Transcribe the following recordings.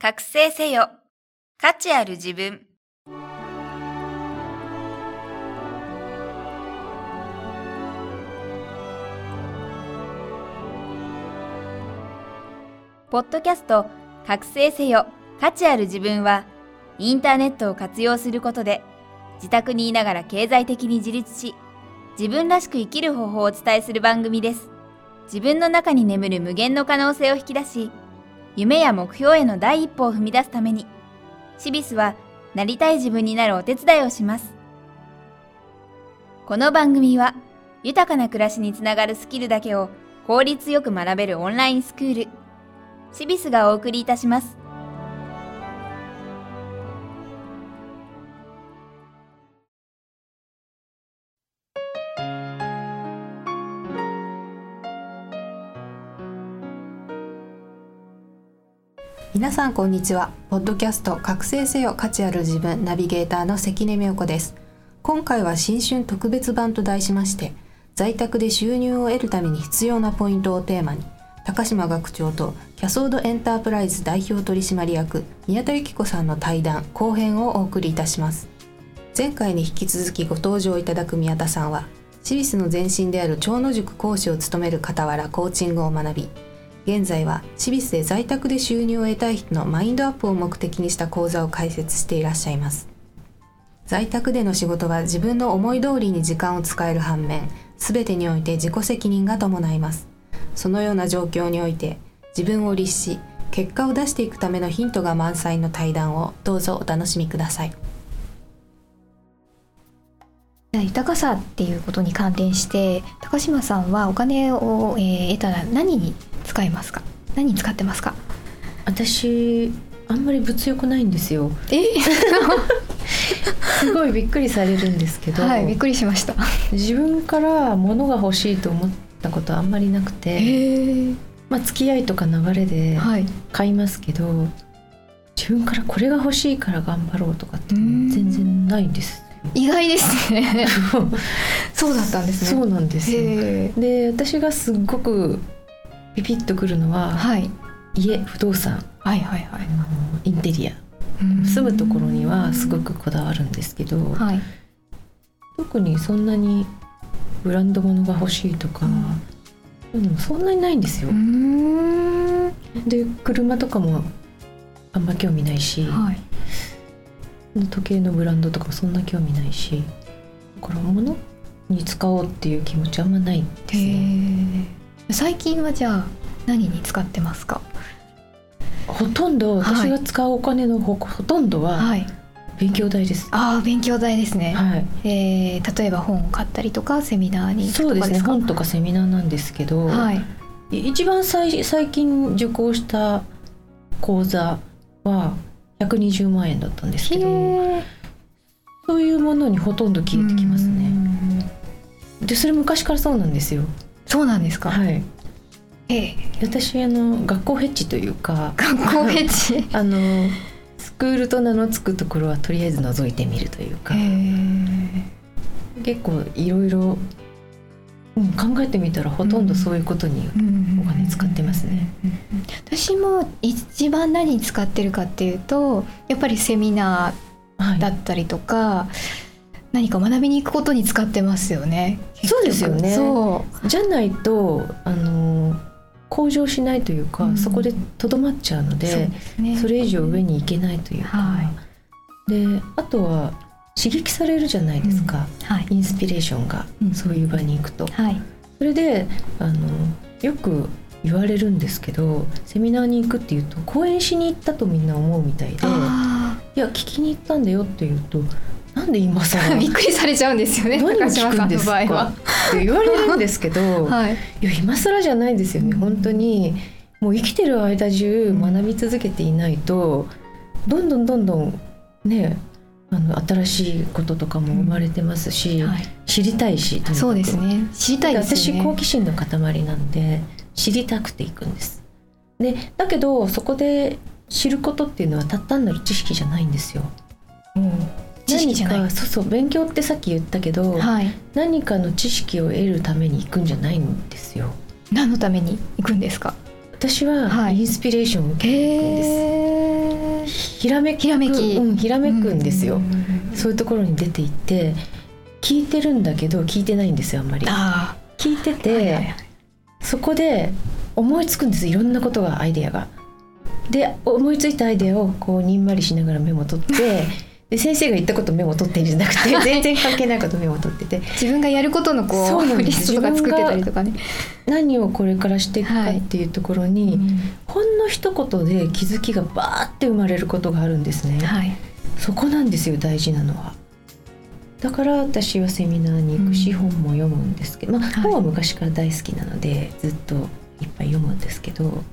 覚醒せよ。価値ある自分。ポッドキャスト覚醒せよ。価値ある自分は、インターネットを活用することで、自宅にいながら経済的に自立し、自分らしく生きる方法をお伝えする番組です。自分の中に眠る無限の可能性を引き出し、夢や目標への第一歩を踏み出すために、シビスはなりたい自分になるお手伝いをします。この番組は、豊かな暮らしにつながるスキルだけを効率よく学べるオンラインスクール、シビスがお送りいたします。 皆さんこんにちは。ポッドキャスト覚醒せよ価値ある自分ナビゲーターの関根美代子です。今回は新春特別版と題しまして、在宅で収入を得るために必要なポイントをテーマに、高島学長とキャソードエンタープライズ代表取締役宮田由紀子さんの対談後編をお送りいたします。前回に引き続きご登場いただく宮田さんは、シビスの前身である長野塾講師を務める傍らコーチングを学び、現在はシビスで在宅で収入を得たい人のマインドアップを目的にした講座を開設していらっしゃいます。在宅での仕事は自分の思い通りに時間を使える反面、全てにおいて自己責任が伴います。そのような状況において自分を律し、結果を出していくためのヒントが満載の対談をどうぞお楽しみください。 豊かさっていうことに関連して、高島さんはお金を、得たら何に使いますか？何に使ってますか？ 私あんまり物欲ないんですよ。すごいびっくりされるんですけど、 はい、びっくりしました。 自分から物が欲しいと思ったことはあんまりなくて、付き合いとか流れで買いますけど、自分からこれが欲しいから頑張ろうとかって全然ないんです。 意外ですね。そうだったんですね。 そうなんですよ。で、私がすっごくピピッとくるのは、家、不動産、インテリア、住むところにはすごくこだわるんですけど、特にそんなにブランド物が欲しいとか、そんなにないんですよ。で、車とかもあんま興味ないし、時計のブランドとかもそんな興味ないし、だから物に使おうっていう気持ちあんまないんですね。 最近はじゃあ何に使ってますか？ ほとんど私が使うお金のほとんどは勉強代です。 勉強代ですね。例えば本を買ったりとかセミナーに行くとかですか？そうですね、 本とかセミナーなんですけど、一番最近受講した講座は120万円だったんですけど、そういうものにほとんど消えてきますね。で、それ昔からそうなんですよ。 そうなんですか？はい。 私学校フェッチというか、 学校フェッチスクールと名の付くところはとりあえず覗いてみるというか、結構いろいろ考えてみたらほとんどそういうことにお金使ってますね。 私も一番何に使ってるかっていうと、やっぱりセミナーだったりとか、何か学びに行くことに使ってますよね。 そうですよね。じゃないと向上しないというか、そこでとどまっちゃうので、それ以上上に行けないというか、で、あとは刺激されるじゃないですか、インスピレーションが、そういう場に行くと、それでよく言われるんですけど、セミナーに行くっていうと講演しに行ったとみんな思うみたいで、いや聞きに行ったんだよって言うと、なんで今更びっくりされちゃうんですよね。 何を聞くんですかって言われるんですけど、いや今更じゃないですよね。本当にもう生きてる間中学び続けていないと、どんどんね、新しいこととかも生まれてますし、知りたいし、 そうですね、知りたいですよね。 私好奇心の塊なんで知りたくていくんです。で、だけどそこで知ることっていうのは単なる知識じゃないんですよ。 知識じゃない。 勉強ってさっき言ったけど、何かの知識を得るために行くんじゃないんですよ。 何のために行くんですか？ 私はインスピレーションを受けに行くんです。 ひらめくんですよ。そういうところに出ていって聞いてるんだけど聞いてないんですよ。あんまり聞いてて、そこで思いつくんです。いろんなことが、アイデアが。で思いついたアイデアをこうにんまりしながらメモ取ってで先生が言ったことメモ取ってるんじゃなくて全然関係ないことメモ取ってて自分がやることのこうリストとか作ってたりとかね、 何をこれからしていくかっていうところに、ほんの一言で気づきがバーって生まれることがあるんですね、そこなんですよ大事なのは。だから私はセミナーに行くし、本も読むんですけど、本は昔から大好きなのでずっといっぱい読むんですけど、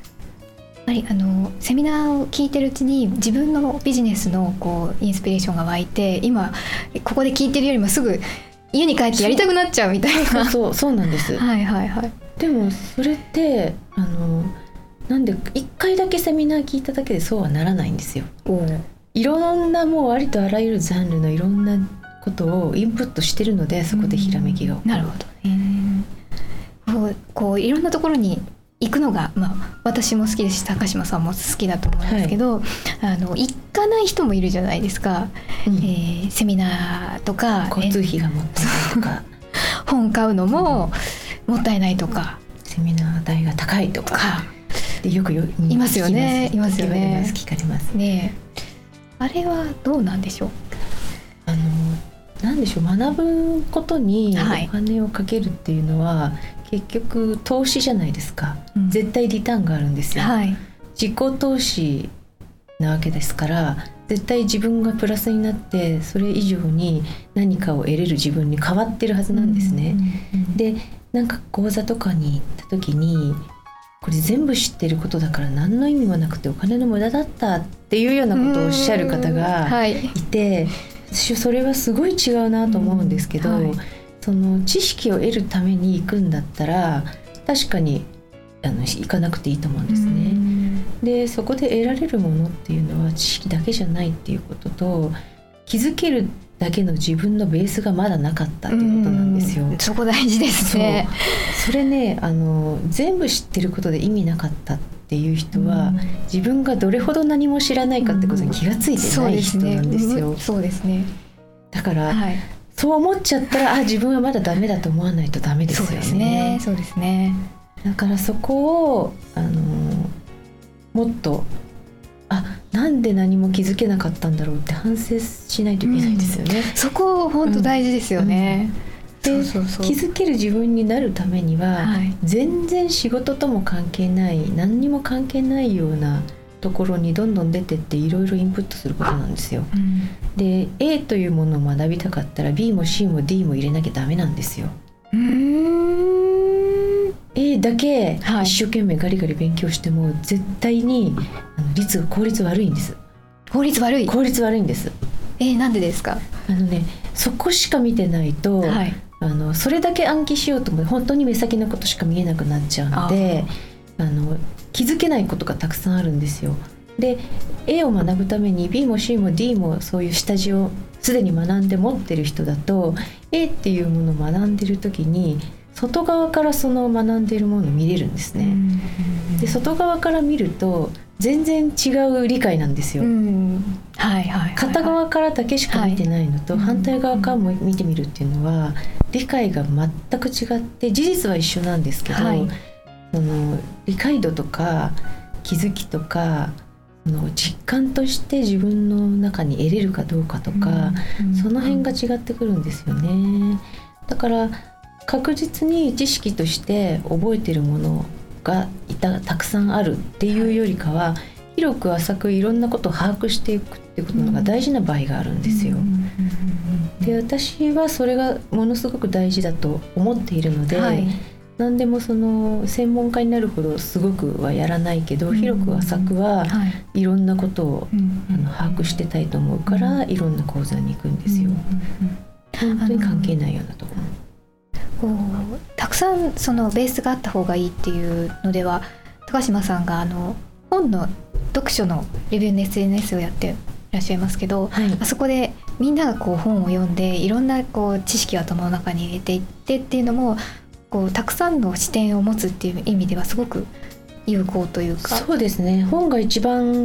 セミナーを聞いてるうちに自分のビジネスのこうインスピレーションが湧いて、今ここで聞いてるよりもすぐ家に帰ってやりたくなっちゃうみたいな。 そうなんです。でもそれってなんで1回だけセミナー聞いただけでそうはならないんですよ。いろんなもうありとあらゆるジャンルのいろんなことをインプットしてるので、そこでひらめきが起こる。 なるほどね。こういろんなところに行くのが、私も好きですし高島さんも好きだと思うんですけど、行かない人もいるじゃないですか、セミナーとか交通費がもったいないとか本買うのももったいないとか、 セミナー代が高いとかでよくいますよね。聞かれますね。あれはどうなんでしょう。 なんでしょう、学ぶことにお金をかけるっていうのは、結局投資じゃないですか、絶対リターンがあるんですよ、自己投資なわけですから、絶対自分がプラスになってそれ以上に何かを得れる自分に変わってるはずなんですね、でなんか講座とかに行った時にこれ全部知ってることだから何の意味もなくてお金の無駄だったっていうようなことをおっしゃる方がいて、私それはすごい違うなと思うんですけど、その知識を得るために行くんだったら確かに行かなくていいと思うんですね。でそこで得られるものっていうのは知識だけじゃないっていうことと、気づけるだけの自分のベースがまだなかったっていうことなんですよ。 そこ大事ですね。 それね、全部知ってることで意味なかったっていう人は、自分がどれほど何も知らないかってことに気がついてない人なんですよ。 そうですね。 だから、そう思っちゃったら自分はまだダメだと思わないとダメですよね。 そうですね。 だからそこをもっとなんで何も気づけなかったんだろうって反省しないといけないですよね、 そこ本当大事ですよね、 で気づける自分になるためには、全然仕事とも関係ない、何にも関係ないようなところにどんどん出てっていろいろインプットすることなんですよ、で A というものを学びたかったら B も C も D も入れなきゃダメなんですよ。A だけ一生懸命ガリガリ勉強しても絶対に効率悪いんです。 効率悪いんです。 なんでですか。 そこしか見てないと、それだけ暗記しようと思って本当に目先のことしか見えなくなっちゃうので、気づけないことがたくさんあるんですよ。で A を学ぶために B も C も D もそういう下地をすでに学んで持ってる人だと A っていうものを学んでる時に外側からその学んでいるものを見れるんですね。で外側から見ると全然違う理解なんですよ。片側からだけしか見てないのと、反対側からも見てみるっていうのは理解が全く違って、事実は一緒なんですけど、その理解度とか気づきとか実感として自分の中に得れるかどうかとか、その辺が違ってくるんですよね。だから確実に知識として覚えてるものがたくさんあるっていうよりかは、広く浅くいろんなことを把握していくっていうことのが大事な場合があるんですよ。で私はそれがものすごく大事だと思っているので、何でもその専門家になるほどすごくはやらないけど、広く浅くはいろんなことを把握してたいと思うから、いろんな講座に行くんですよ。本当に関係ないようなところ。 たくさんそのベースがあった方がいいっていうのでは、高島さんが本の読書のレビューの SNS をやっていらっしゃいますけど、あそこでみんなが本を読んでいろんな知識を頭の中に入れていってっていうのもたくさんの視点を持つっていう意味ではすごく有効というか。 そうですね。本が一番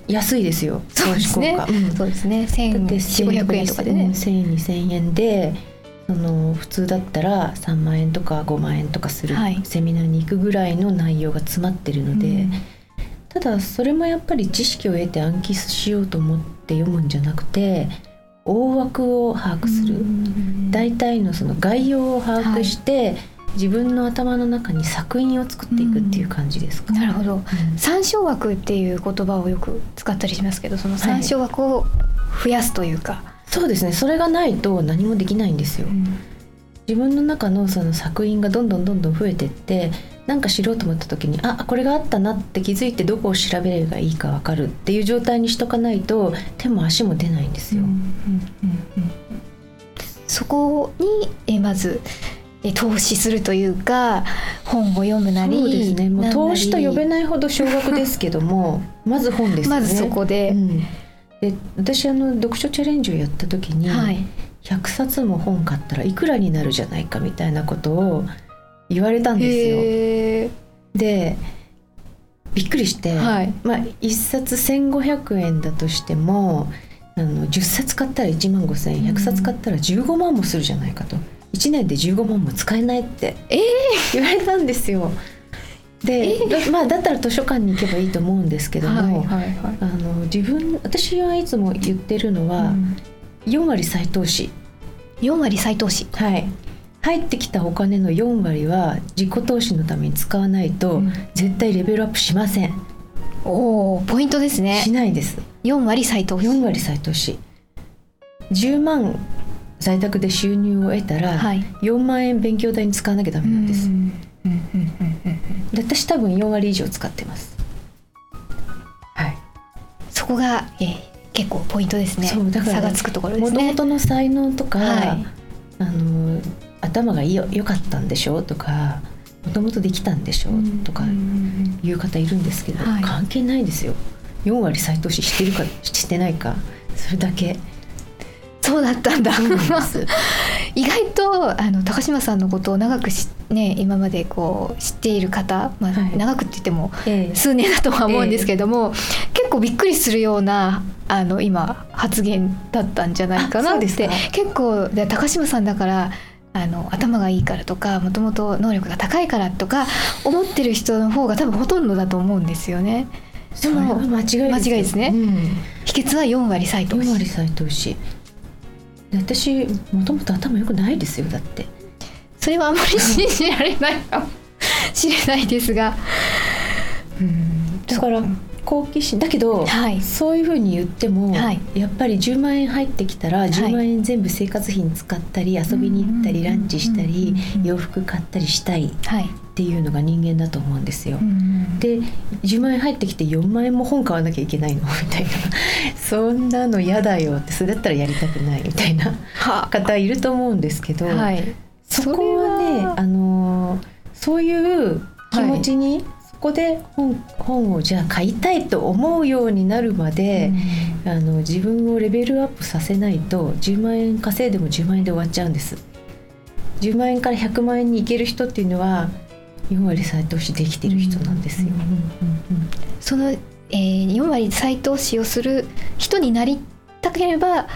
安いですよ。 そうですね、そうですね、1400円とかでね、 1000円2000円で普通だったら3万円とか5万円とかするセミナーに行くぐらいの内容が詰まってるので、ただそれもやっぱり知識を得て暗記しようと思って読むんじゃなくて、大枠を把握する、大体のその概要を把握して、自分の頭の中に作品を作っていくっていう感じですか。 なるほど、参照枠っていう言葉をよく使ったりしますけど、その参照枠を増やすというか、 そうですね、それがないと何もできないんですよ。自分の中のその作品がどんどん増えていって、なんか知ろうと思った時にこれがあったなって気づいて、どこを調べればいいか分かるっていう状態にしとかないと手も足も出ないんですよ。 そこにまず投資するというか、本を読むなり、 そうですね、もう投資と呼べないほど少額ですけどもまず本ですよね。 まずそこで、 で私読書チャレンジをやった時に、100冊も本買ったらいくらになるじゃないかみたいなことを言われたんですよ。でびっくりして、1冊1500円だとしても10冊買ったら1万5000円、100冊買ったら15万もするじゃないかと、1年で15万も使えないって言われたんですよ。でだったら図書館に行けばいいと思うんですけども、私はいつも言ってるのは、4割再投資。 4割再投資、 入ってきたお金の4割は自己投資のために使わないと、絶対レベルアップしません。 ポイントですね。 しないです。 4割再投資。 4割再投資。10万在宅で収入を得たら、4万円勉強代に使わなきゃダメなんです。で私多分4割以上使ってます。 そこが、結構ポイントですね。 そうだから差がつくところですね。 元々の才能とか、頭が良かったんでしょとか、もともとできたんでしょとかいう方いるんですけど、関係ないですよ。4割再投資してるかしてないか、それだけ。 そうだったんだ。意外と高島さんのことを長く今までこう知っている方、長くって言っても数年だとは思うんですけども、結構びっくりするような今発言だったんじゃないかなって。結構高島さんだから頭がいいからとか、もともと能力が高いからとか思ってる人の方が多分ほとんどだと思うんですよね。 でも間違いですね。 秘訣は4割再投資。 4割再投資。私もともと頭良くないですよ。だってそれはあんまり信じられないかもしれないですが、 だから好奇心だけど、そういうふうに言っても、やっぱり10万円入ってきたら10万円全部生活費に使ったり、遊びに行ったり、ランチしたり、洋服買ったりしたいっていうのが人間だと思うんですよ。で10万円入ってきて4万円も本買わなきゃいけないのみたいなそんなの嫌だよって、それだったらやりたくないみたいな方いると思うんですけど、そこはね、そういう気持ちに、そこで本をじゃあ買いたいと思うようになるまで、自分をレベルアップさせないと、10万円稼いでも10万円で終わっちゃうんです。10万円から100万円に行ける人っていうのは4割再投資できてる人なんですよ。 その、4割再投資をする人になりたければ、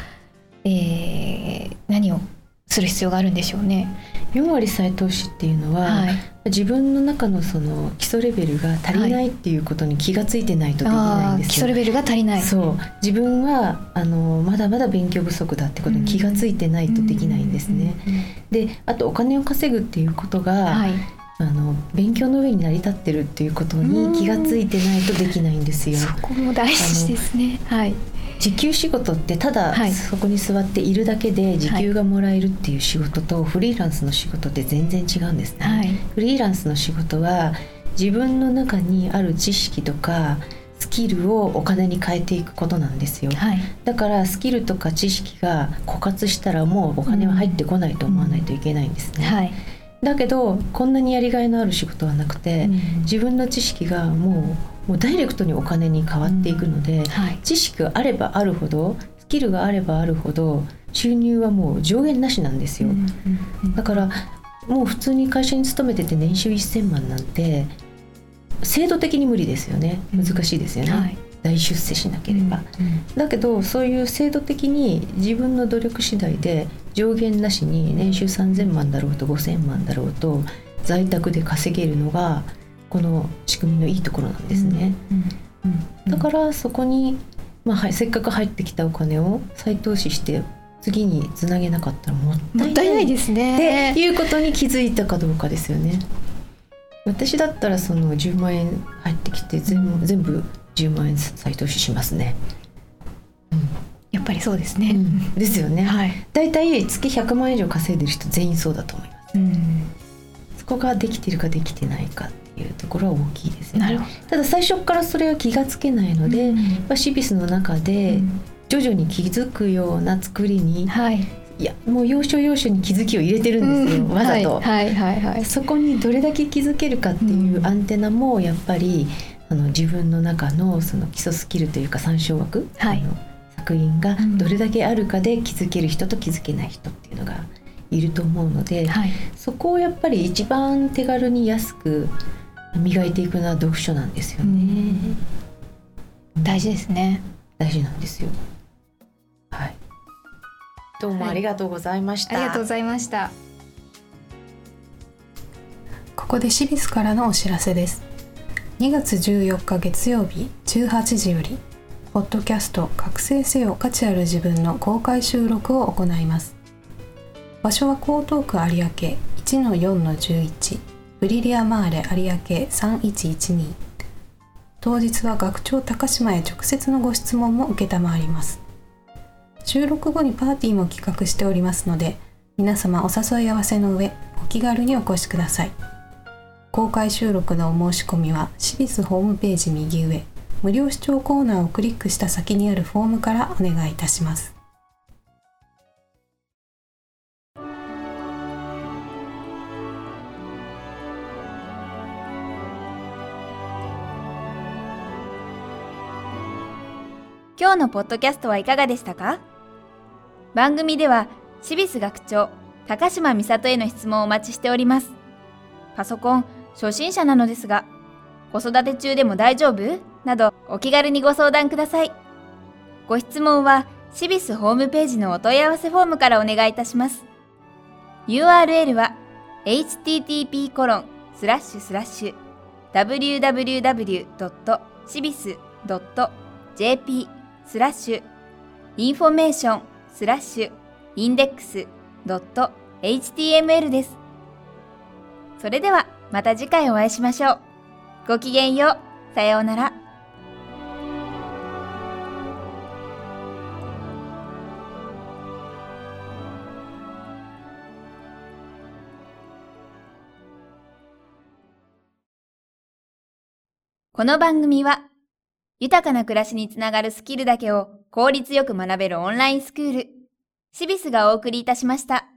何をする必要があるんでしょうね。 4割再投資っていうのは、自分の中のその基礎レベルが足りないっていうことに気がついてないとできないんですよ。 基礎レベルが足りない。 そう、自分はまだまだ勉強不足だってことに気がついてないとできないんですね。であとお金を稼ぐっていうことが、勉強の上に成り立ってるっていうことに気がついてないとできないんですよ。 そこも大事ですね。 時給仕事ってただそこに座っているだけで時給がもらえるっていう仕事と、フリーランスの仕事って全然違うんですね。フリーランスの仕事は自分の中にある知識とかスキルをお金に変えていくことなんですよ。だからスキルとか知識が枯渇したらもうお金は入ってこないと思わないといけないんですね。だけどこんなにやりがいのある仕事はなくて、自分の知識がもうダイレクトにお金に変わっていくので、知識があればあるほど、スキルがあればあるほど収入はもう上限なしなんですよ。だからもう普通に会社に勤めてて年収1000万なんて制度的に無理ですよね。難しいですよね。 大出世しなければ、だけどそういう制度的に自分の努力次第で上限なしに年収3000万だろうと5000万だろうと在宅で稼げるのがこの仕組みのいいところなんですね。だからそこに、せっかく入ってきたお金を再投資して次につなげなかったらもったいないですねっていうことに気づいたかどうかですよね。私だったらその10万円入ってきて全部10万円再投資しますね。 やっぱりそうですね。 ですよね。 はい、 だいたい月100万円以上稼いでる人全員そうだと思います。そこができてるかできてないかっていうところは大きいですよね。ただ最初からそれは気がつけないので、シビスの中で徐々に気づくような作りに、いやもう要所要所に気づきを入れてるんですよ、わざと。そこにどれだけ気づけるかっていうアンテナもやっぱり自分の中のその基礎スキルというか参照枠、作品がどれだけあるかで気づける人と気づけない人っていうのがいると思うので、そこをやっぱり一番手軽に安く磨いていくのは読書なんですよね。 大事ですね。 大事なんですよ。どうもありがとうございました。 ありがとうございました。 ここでシビスからのお知らせです。2月14日月曜日18時よりポッドキャスト覚醒せよ価値ある自分の公開収録を行います。場所は江東区有明 1-4-11 ブリリアマーレ有明3112。当日は学長高島へ直接のご質問も承ります。収録後にパーティーも企画しておりますので、皆様お誘い合わせの上お気軽にお越しください。公開収録のお申し込みはシビスホームページ右上無料視聴コーナーをクリックした先にあるフォームからお願いいたします。 今日のポッドキャストはいかがでしたか？番組ではシビス学長高島美里への質問をお待ちしております。パソコン初心者なのですが子育て中でも大丈夫？などお気軽にご相談ください。ご質問はシビスホームページのお問い合わせフォームからお願いいたします。 URL は http://www.shibis.jp/information/index.html です。それではまた次回お会いしましょう。ごきげんよう。さようなら。この番組は豊かな暮らしにつながるスキルだけを効率よく学べるオンラインスクールシビスがお送りいたしました。